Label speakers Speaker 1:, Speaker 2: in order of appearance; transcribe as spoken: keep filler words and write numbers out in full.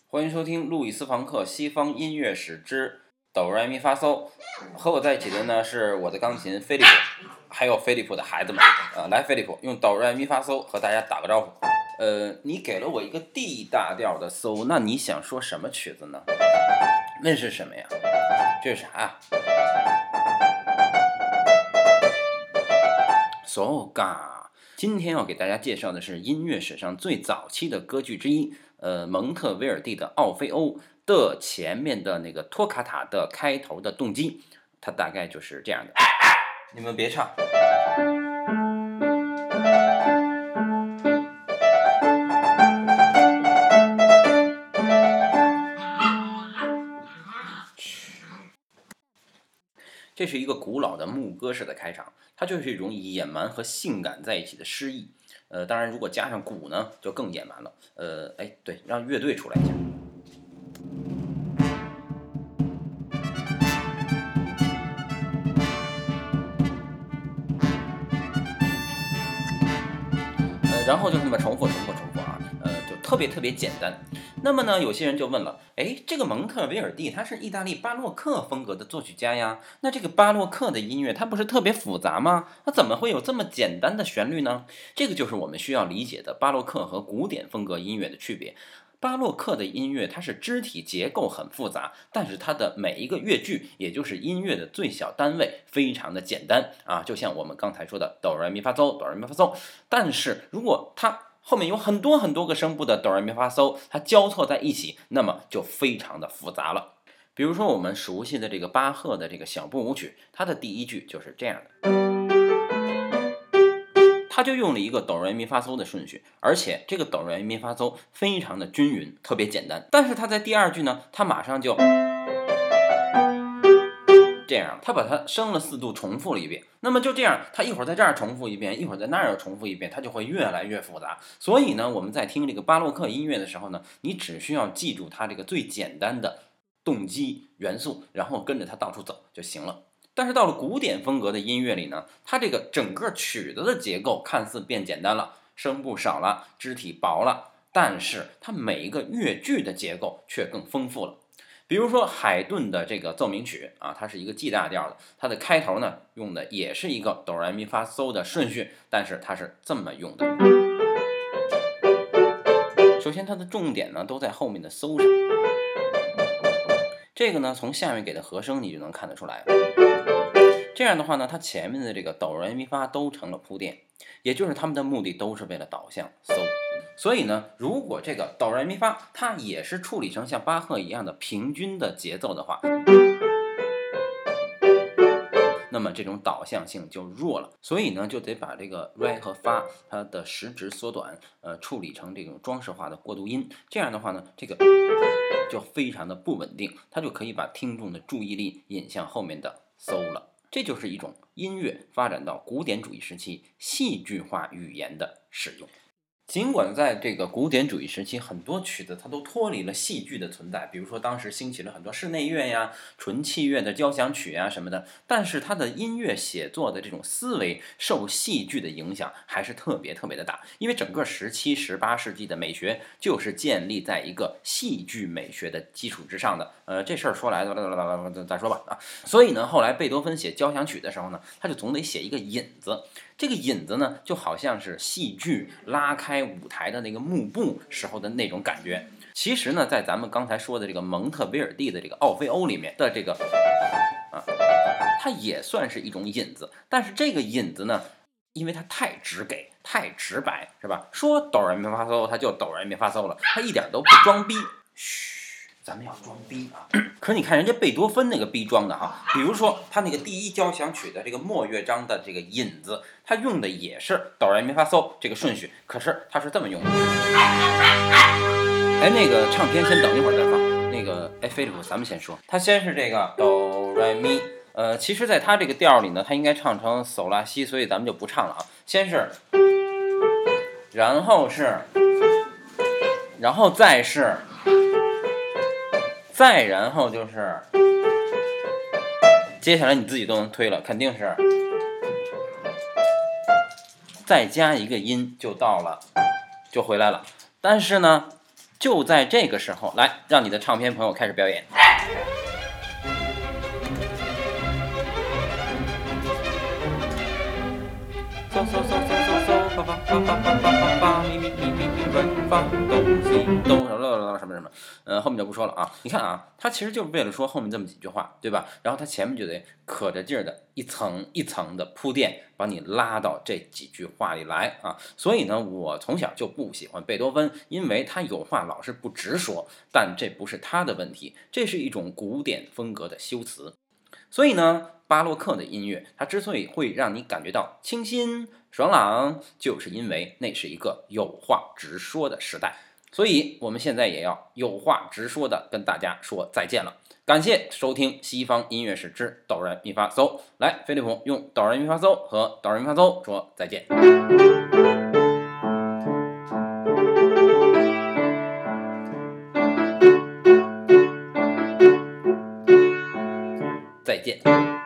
Speaker 1: 欢迎收听路易斯·房克西方音乐史之哆来咪发嗦。和我在一起的呢是我的钢琴飞利浦，还有飞利浦的孩子们。呃，来，飞利浦用哆来咪发嗦和大家打个招呼。呃，你给了我一个 D 大调的嗦，那你想说什么曲子呢？那是什么呀？这是啥啊？嗦嘎。今天要给大家介绍的是音乐史上最早期的歌剧之一，呃，蒙特威尔第的《奥菲欧》的前面的那个托卡塔的开头的动机，它大概就是这样的。你们别唱。这是一个古老的牧歌式的开场，它就是一种野蛮和性感在一起的诗意。呃，当然如果加上鼓呢，就更野蛮了。呃，哎，对，让乐队出来一下。呃，然后就这么重复、重复、重复啊，呃，就特别特别简单。那么呢，有些人就问了，哎，这个蒙特威尔第他是意大利巴洛克风格的作曲家呀，那这个巴洛克的音乐它不是特别复杂吗？那怎么会有这么简单的旋律呢？这个就是我们需要理解的巴洛克和古典风格音乐的区别。巴洛克的音乐它是肢体结构很复杂，但是它的每一个乐句，也就是音乐的最小单位，非常的简单啊，就像我们刚才说的哆来咪发嗦，哆来咪发嗦。但是如果它后面有很多很多个声部的哆来咪发嗦，它交错在一起，那么就非常的复杂了。比如说我们熟悉的这个巴赫的这个小步舞曲，它的第一句就是这样的，它就用了一个哆来咪发嗦的顺序，而且这个哆来咪发嗦非常的均匀，特别简单。但是它在第二句呢，它马上就这样，他把它升了四度，重复了一遍。那么就这样，他一会儿在这儿重复一遍，一会儿在那儿又重复一遍，它就会越来越复杂。所以呢，我们在听这个巴洛克音乐的时候呢，你只需要记住它这个最简单的动机元素，然后跟着它到处走就行了。但是到了古典风格的音乐里呢，它这个整个曲子的结构看似变简单了，声部少了，肢体薄了，但是它每一个乐句的结构却更丰富了。比如说海顿的这个奏鸣曲啊，它是一个 G 大调的，它的开头呢用的也是一个哆来咪发嗦的顺序，但是它是这么用的。首先它的重点呢都在后面的嗦上，这个呢从下面给的和声你就能看得出来。这样的话呢，它前面的这个哆来咪发都成了铺垫，也就是他们的目的都是为了导向嗦。所以呢，如果这个哆来咪发它也是处理成像巴赫一样的平均的节奏的话，那么这种导向性就弱了。所以呢，就得把这个 re 和发它的时值缩短，呃，处理成这种装饰化的过渡音。这样的话呢，这个就非常的不稳定，它就可以把听众的注意力引向后面的嗦了。这就是一种音乐发展到古典主义时期戏剧化语言的使用。尽管在这个古典主义时期，很多曲子它都脱离了戏剧的存在，比如说当时兴起了很多室内乐呀、纯器乐的交响曲呀什么的，但是它的音乐写作的这种思维受戏剧的影响还是特别特别的大，因为整个十七、十八世纪的美学就是建立在一个戏剧美学的基础之上的。呃，这事儿说来再说吧啊。所以呢，后来贝多芬写交响曲的时候呢，他就总得写一个引子。这个引子呢，就好像是戏剧拉开舞台的那个幕布时候的那种感觉。其实呢，在咱们刚才说的这个蒙特威尔第的这个奥菲欧里面的这个啊，它也算是一种引子，但是这个引子呢，因为它太直给、太直白，是吧？说哆来咪发嗦，它就哆来咪发嗦了，它一点都不装逼。嘘。咱们要装逼啊！可是你看人家贝多芬那个逼装的哈，比如说他那个第一交响曲的这个末乐章的这个引子，他用的也是哆来咪发嗦这个顺序，可是他是这么用的。哎，那个唱片先等一会儿再放。那个哎，飞利浦，咱们先说，他先是这个哆来咪，呃，其实在他这个调里呢，他应该唱成嗦拉西，所以咱们就不唱了啊。先是，然后是，然后再是。再然后就是，接下来你自己都能推了，肯定是再加一个音就到了，就回来了。但是呢， 就在这个时候，来让你的唱片朋友开始表演。嗖嗖嗖嗖嗖嗖，发发发发发发发发，咪咪咪咪咪，乱发东西东什么什么什么，呃，后面就不说了啊。你看啊，它其实就是为了说后面这么几句话，对吧？然后它前面就得可着劲儿的一层一层的铺垫，把你拉到这几句话里来啊。所以呢，我从小就不喜欢贝多芬，因为他有话老是不直说，但这不是他的问题，这是一种古典风格的修辞。所以呢，巴洛克的音乐它之所以会让你感觉到清新爽朗，就是因为那是一个有话直说的时代。所以我们现在也要有话直说的跟大家说再见了。感谢收听西方音乐史之哆来咪发嗦。来，飞利浦用哆来咪发嗦和哆来咪发嗦说再见。再见。